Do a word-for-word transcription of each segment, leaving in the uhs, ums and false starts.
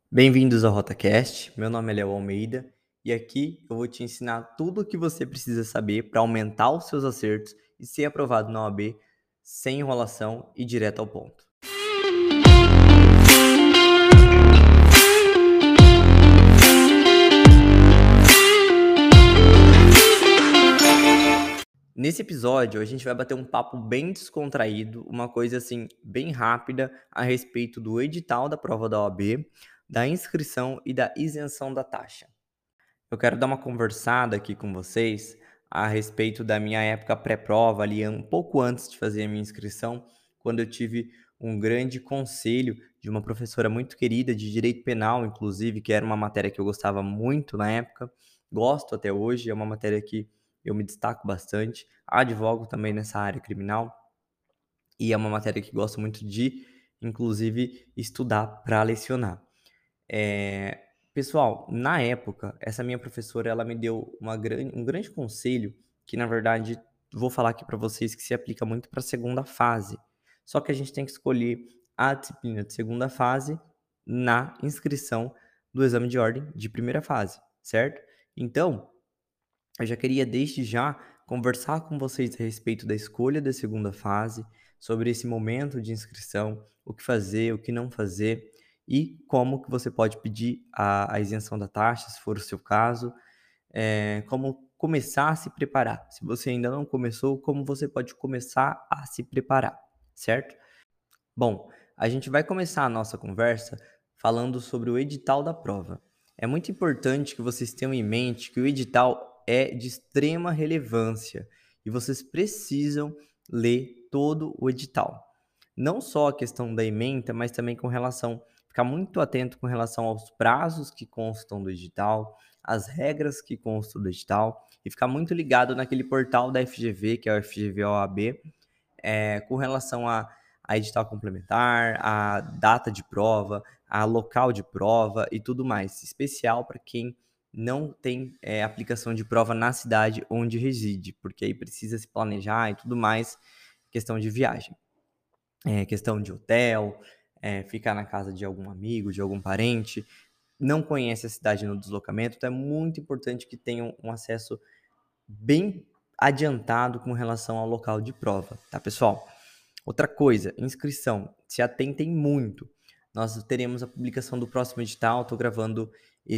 Bem-vindos ao RotaCast, meu nome é Léo Almeida e aqui eu vou te ensinar tudo o que você precisa saber para aumentar os seus acertos e ser aprovado na O A B sem enrolação e direto ao ponto. Nesse episódio, a gente vai bater um papo bem descontraído, uma coisa assim, bem rápida a respeito do edital da prova da O A B, da inscrição e da isenção da taxa. Eu quero dar uma conversada aqui com vocês a respeito da minha época pré-prova, ali um pouco antes de fazer a minha inscrição, quando eu tive um grande conselho de uma professora muito querida de direito penal, inclusive, que era uma matéria que eu gostava muito na época, gosto até hoje, é uma matéria que eu me destaco bastante, advogo também nessa área criminal e é uma matéria que gosto muito de, inclusive, estudar para lecionar. É, pessoal, na época, essa minha professora, ela me deu uma gran, um grande conselho que, na verdade, vou falar aqui para vocês que se aplica muito para a segunda fase. Só que a gente tem que escolher a disciplina de segunda fase na inscrição do exame de ordem de primeira fase, certo? Então, eu já queria desde já conversar com vocês a respeito da escolha da segunda fase, sobre esse momento de inscrição, o que fazer, o que não fazer e como que você pode pedir a, a isenção da taxa, se for o seu caso, é, como começar a se preparar. Se você ainda não começou, como você pode começar a se preparar, certo? Bom, a gente vai começar a nossa conversa falando sobre o edital da prova. É muito importante que vocês tenham em mente que o edital é de extrema relevância e vocês precisam ler todo o edital. Não só a questão da ementa, mas também com relação, ficar muito atento com relação aos prazos que constam do edital, as regras que constam do edital e ficar muito ligado naquele portal da F G V, que é o F G V O A B, é, com relação a, a edital complementar, a data de prova, a local de prova e tudo mais, especial para quem não tem é, aplicação de prova na cidade onde reside, porque aí precisa se planejar e tudo mais, questão de viagem, é, questão de hotel, é, ficar na casa de algum amigo, de algum parente, não conhece a cidade no deslocamento, então é muito importante que tenham um acesso bem adiantado com relação ao local de prova, tá, pessoal? Outra coisa, inscrição. Se atentem muito. Nós teremos a publicação do próximo edital. Estou gravando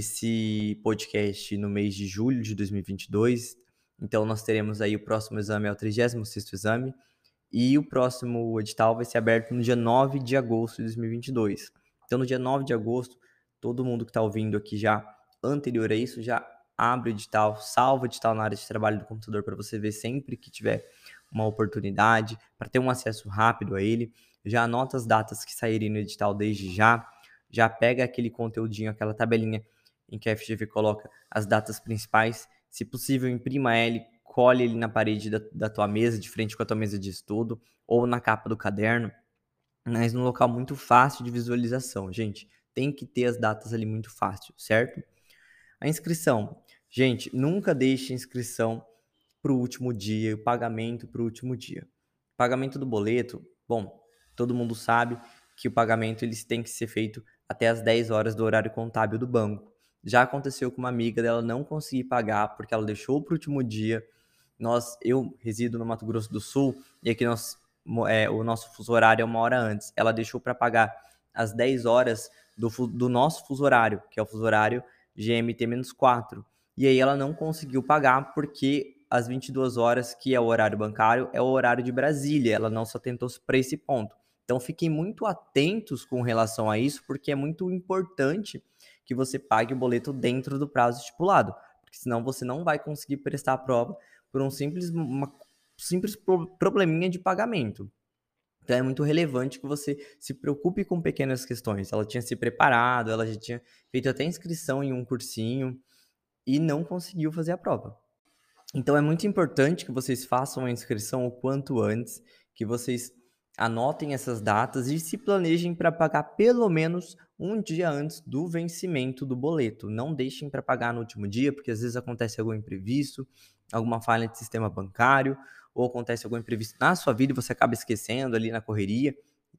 esse podcast no mês de julho de dois mil e vinte e dois. Então, nós teremos aí o próximo exame, é o trigésimo sexto exame. E o próximo edital vai ser aberto no dia nove de agosto de dois mil e vinte e dois. Então, no dia nove de agosto, todo mundo que está ouvindo aqui já anterior a isso, já abre o edital, salva o edital na área de trabalho do computador para você ver sempre que tiver uma oportunidade, para ter um acesso rápido a ele. Já anota as datas que saírem no edital desde já, já pega aquele conteúdinho, aquela tabelinha em que a F G V coloca as datas principais, se possível imprima ele, cole ele na parede da, da tua mesa, de frente com a tua mesa de estudo, ou na capa do caderno, mas num local muito fácil de visualização, gente. Tem que ter as datas ali muito fácil, certo? A inscrição. Gente, nunca deixe a inscrição para o último dia, o pagamento para o último dia. Pagamento do boleto, bom, todo mundo sabe que o pagamento eles tem que ser feito até as dez horas do horário contábil do banco. Já aconteceu com uma amiga dela não conseguir pagar porque ela deixou para o último dia. Nós, eu resido no Mato Grosso do Sul e aqui nós, é, o nosso fuso horário é uma hora antes. Ela deixou para pagar às dez horas do, do nosso fuso horário, que é o fuso horário G M T quatro. E aí ela não conseguiu pagar porque às vinte e duas horas, que é o horário bancário, é o horário de Brasília. Ela não se atentou para esse ponto. Então fiquem muito atentos com relação a isso, porque é muito importante que você pague o boleto dentro do prazo estipulado, porque senão você não vai conseguir prestar a prova por um simples, uma simples probleminha de pagamento. Então é muito relevante que você se preocupe com pequenas questões. Ela tinha se preparado, ela já tinha feito até inscrição em um cursinho e não conseguiu fazer a prova. Então é muito importante que vocês façam a inscrição o quanto antes, que vocês anotem essas datas e se planejem para pagar pelo menos um dia antes do vencimento do boleto. Não deixem para pagar no último dia, porque às vezes acontece algum imprevisto, alguma falha de sistema bancário, ou acontece algum imprevisto na sua vida e você acaba esquecendo ali na correria.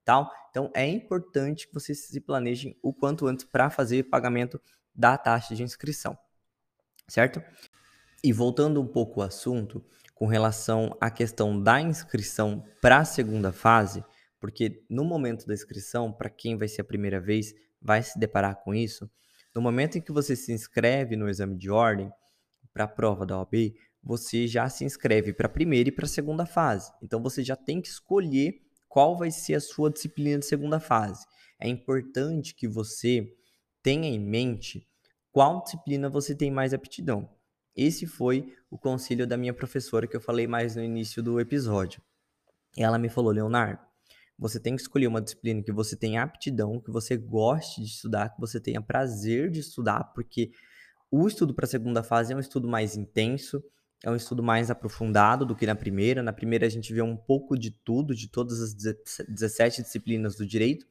tal. Então é importante que vocês se planejem o quanto antes para fazer pagamento da taxa de inscrição, certo? E voltando um pouco ao assunto, com relação à questão da inscrição para a segunda fase, porque no momento da inscrição, para quem vai ser a primeira vez, vai se deparar com isso. No momento em que você se inscreve no exame de ordem, para a prova da O A B, você já se inscreve para a primeira e para a segunda fase. Então você já tem que escolher qual vai ser a sua disciplina de segunda fase. É importante que você tenha em mente qual disciplina você tem mais aptidão. Esse foi o conselho da minha professora que eu falei mais no início do episódio. Ela me falou: Leonardo, você tem que escolher uma disciplina que você tenha aptidão, que você goste de estudar, que você tenha prazer de estudar, porque o estudo para a segunda fase é um estudo mais intenso, é um estudo mais aprofundado do que na primeira. Na primeira a gente vê um pouco de tudo, de todas as dezessete disciplinas do direito,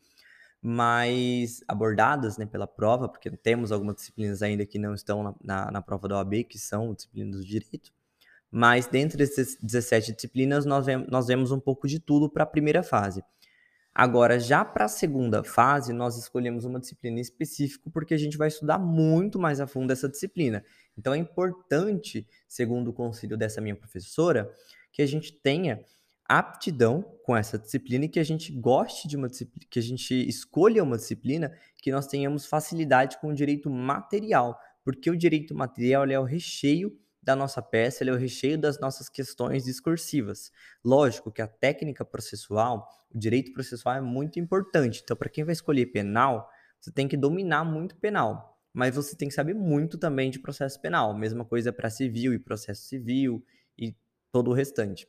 mas abordadas, né, pela prova, porque temos algumas disciplinas ainda que não estão na, na, na prova da O A B, que são disciplinas do direito. Mas dentre essas dezessete disciplinas, nós vemos, nós vemos um pouco de tudo para a primeira fase. Agora, já para a segunda fase, nós escolhemos uma disciplina específica porque a gente vai estudar muito mais a fundo essa disciplina. Então, é importante, segundo o conselho dessa minha professora, que a gente tenha aptidão com essa disciplina e que a gente goste de uma disciplina, que a gente escolha uma disciplina que nós tenhamos facilidade com o direito material, porque o direito material ele é o recheio da nossa peça, ele é o recheio das nossas questões discursivas. Lógico que a técnica processual, o direito processual é muito importante. Então, para quem vai escolher penal, você tem que dominar muito penal, mas você tem que saber muito também de processo penal. Mesma coisa para civil e processo civil e todo o restante.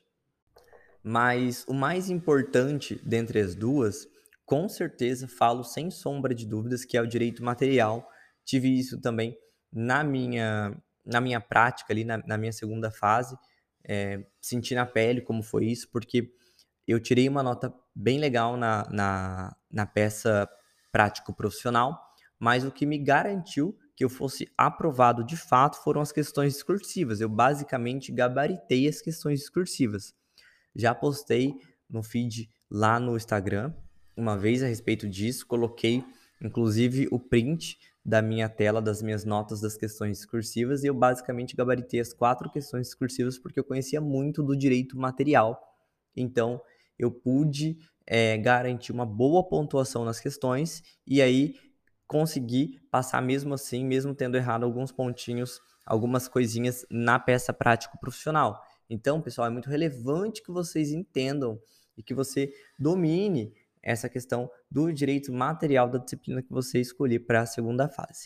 Mas o mais importante dentre as duas, com certeza falo sem sombra de dúvidas, que é o direito material. Tive isso também na minha, na minha prática ali, na, na minha segunda fase. É, senti na pele como foi isso, porque eu tirei uma nota bem legal na, na, na peça prático-profissional, mas o que me garantiu que eu fosse aprovado de fato foram as questões discursivas. Eu basicamente gabaritei as questões discursivas. Já postei no feed lá no Instagram uma vez a respeito disso, coloquei inclusive o print da minha tela, das minhas notas das questões discursivas, e eu basicamente gabaritei as quatro questões discursivas porque eu conhecia muito do direito material. Então, eu pude é, garantir uma boa pontuação nas questões e aí consegui passar mesmo assim, mesmo tendo errado alguns pontinhos, algumas coisinhas na peça prático profissional. Então, pessoal, é muito relevante que vocês entendam e que você domine essa questão do direito material da disciplina que você escolher para a segunda fase.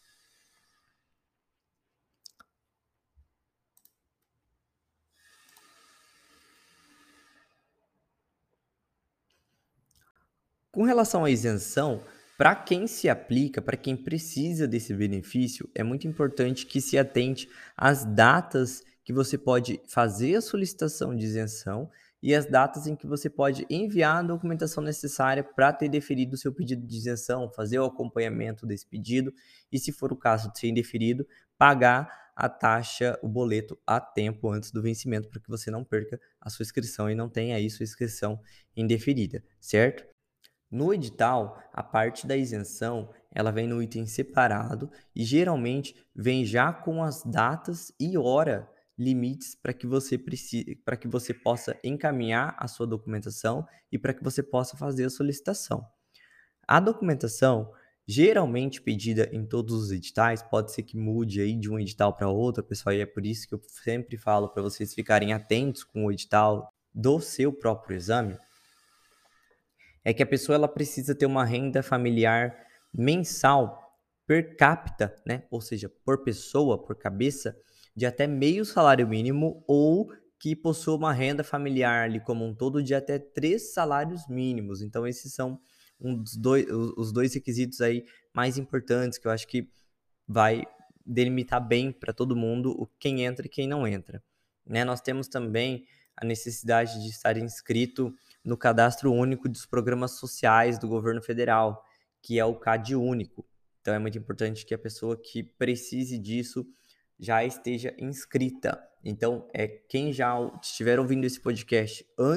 Com relação à isenção, para quem se aplica, para quem precisa desse benefício, é muito importante que se atente às datas que você pode fazer a solicitação de isenção e as datas em que você pode enviar a documentação necessária para ter deferido o seu pedido de isenção, fazer o acompanhamento desse pedido e, se for o caso de ser indeferido, pagar a taxa, o boleto a tempo antes do vencimento, para que você não perca a sua inscrição e não tenha aí sua inscrição indeferida, certo? No edital, a parte da isenção, ela vem no item separado e geralmente vem já com as datas e hora limites para que você precise, para que você possa encaminhar a sua documentação e para que você possa fazer a solicitação. A documentação, geralmente pedida em todos os editais, pode ser que mude aí de um edital para outro, pessoal, e é por isso que eu sempre falo para vocês ficarem atentos com o edital do seu próprio exame, é que a pessoa ela precisa ter uma renda familiar mensal per capita, né? Ou seja, por pessoa, por cabeça, de até meio salário mínimo ou que possua uma renda familiar ali como um todo de até três salários mínimos. Então, esses são um dos dois, os dois requisitos aí mais importantes que eu acho que vai delimitar bem para todo mundo o quem entra e quem não entra. Né? Nós temos também a necessidade de estar inscrito no Cadastro Único dos Programas Sociais do Governo Federal, que é o CAD Único. Então é muito importante que a pessoa que precise disso já esteja inscrita. Então, é quem já estiver ouvindo esse podcast antes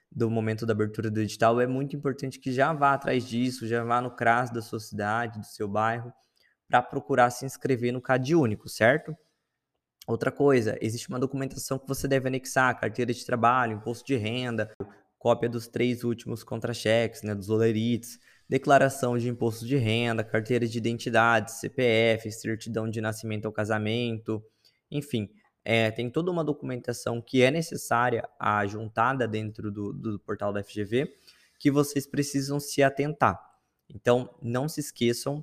do momento da abertura do edital, é muito importante que já vá atrás disso, já vá no CRAS da sua cidade, do seu bairro, para procurar se inscrever no Cade Único, certo? Outra coisa, existe uma documentação que você deve anexar: carteira de trabalho, imposto de renda, cópia dos três últimos contra-cheques, né, dos olerites, declaração de imposto de renda, carteira de identidade, C P F, certidão de nascimento ou casamento, enfim, é, tem toda uma documentação que é necessária, a juntada dentro do, do portal da F G V, que vocês precisam se atentar. Então, não se esqueçam,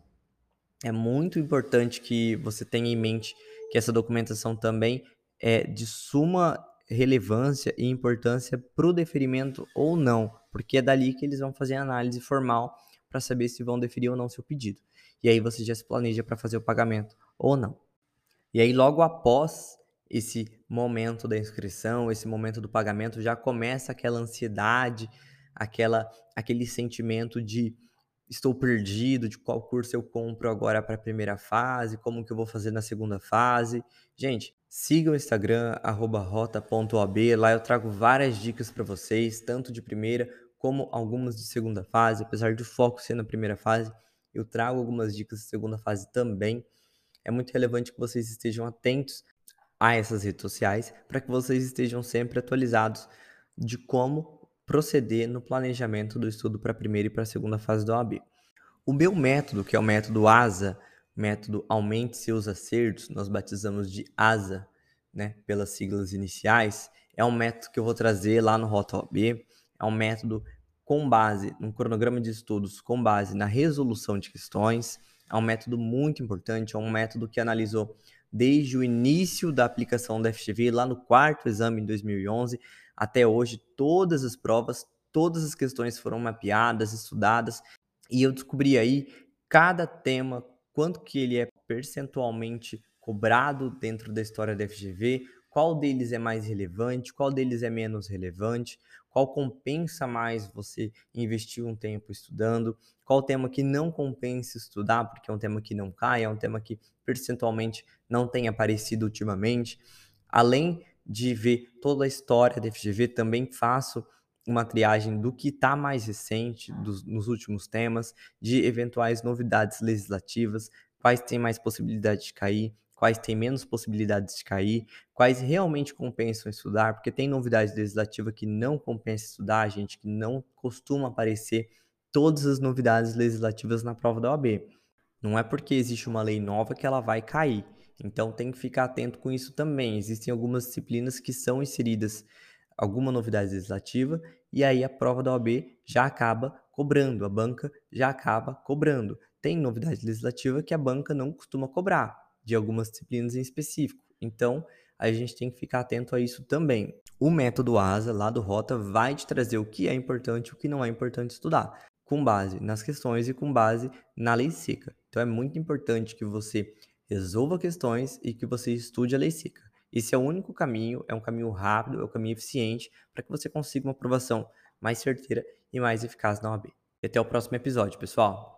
é muito importante que você tenha em mente que essa documentação também é de suma relevância e importância para o deferimento ou não, porque é dali que eles vão fazer a análise formal para saber se vão deferir ou não seu pedido. E aí você já se planeja para fazer o pagamento ou não. E aí, logo após esse momento da inscrição, esse momento do pagamento, já começa aquela ansiedade, aquela, aquele sentimento de estou perdido, de qual curso eu compro agora para a primeira fase, como que eu vou fazer na segunda fase. Gente, siga o Instagram, arroba rota ponto o b, lá eu trago várias dicas para vocês, tanto de primeira como algumas de segunda fase. Apesar de o foco ser na primeira fase, eu trago algumas dicas de segunda fase também. É muito relevante que vocês estejam atentos a essas redes sociais para que vocês estejam sempre atualizados de como proceder no planejamento do estudo para a primeira e para a segunda fase da O A B. O meu método, que é o método ASA, método Aumente Seus Acertos, nós batizamos de ASA, né, pelas siglas iniciais, é um método que eu vou trazer lá no Rota O A B, é um método com base num cronograma de estudos, com base na resolução de questões, é um método muito importante, é um método que analisou desde o início da aplicação da F G V, lá no quarto exame em dois mil e onze, até hoje, todas as provas, todas as questões foram mapeadas, estudadas, e eu descobri aí cada tema, quanto que ele é percentualmente cobrado dentro da história da F G V, qual deles é mais relevante, qual deles é menos relevante, qual compensa mais você investir um tempo estudando, qual tema que não compensa estudar, porque é um tema que não cai, é um tema que percentualmente não tem aparecido ultimamente. Além de ver toda a história da F G V, também faço uma triagem do que está mais recente dos, nos últimos temas, de eventuais novidades legislativas, quais têm mais possibilidade de cair, quais têm menos possibilidades de cair, quais realmente compensam estudar, porque tem novidade legislativa que não compensa estudar, gente, que não costuma aparecer todas as novidades legislativas na prova da O A B. Não é porque existe uma lei nova que ela vai cair. Então tem que ficar atento com isso também. Existem algumas disciplinas que são inseridas alguma novidade legislativa e aí a prova da O A B já acaba cobrando, a banca já acaba cobrando. Tem novidade legislativa que a banca não costuma cobrar, de algumas disciplinas em específico. Então a gente tem que ficar atento a isso também. O método ASA lá do Rota vai te trazer o que é importante e o que não é importante estudar, com base nas questões e com base na lei seca. Então é muito importante que você resolva questões e que você estude a lei seca. Esse é o único caminho, é um caminho rápido, é um caminho eficiente para que você consiga uma aprovação mais certeira e mais eficaz na O A B. E até o próximo episódio, pessoal!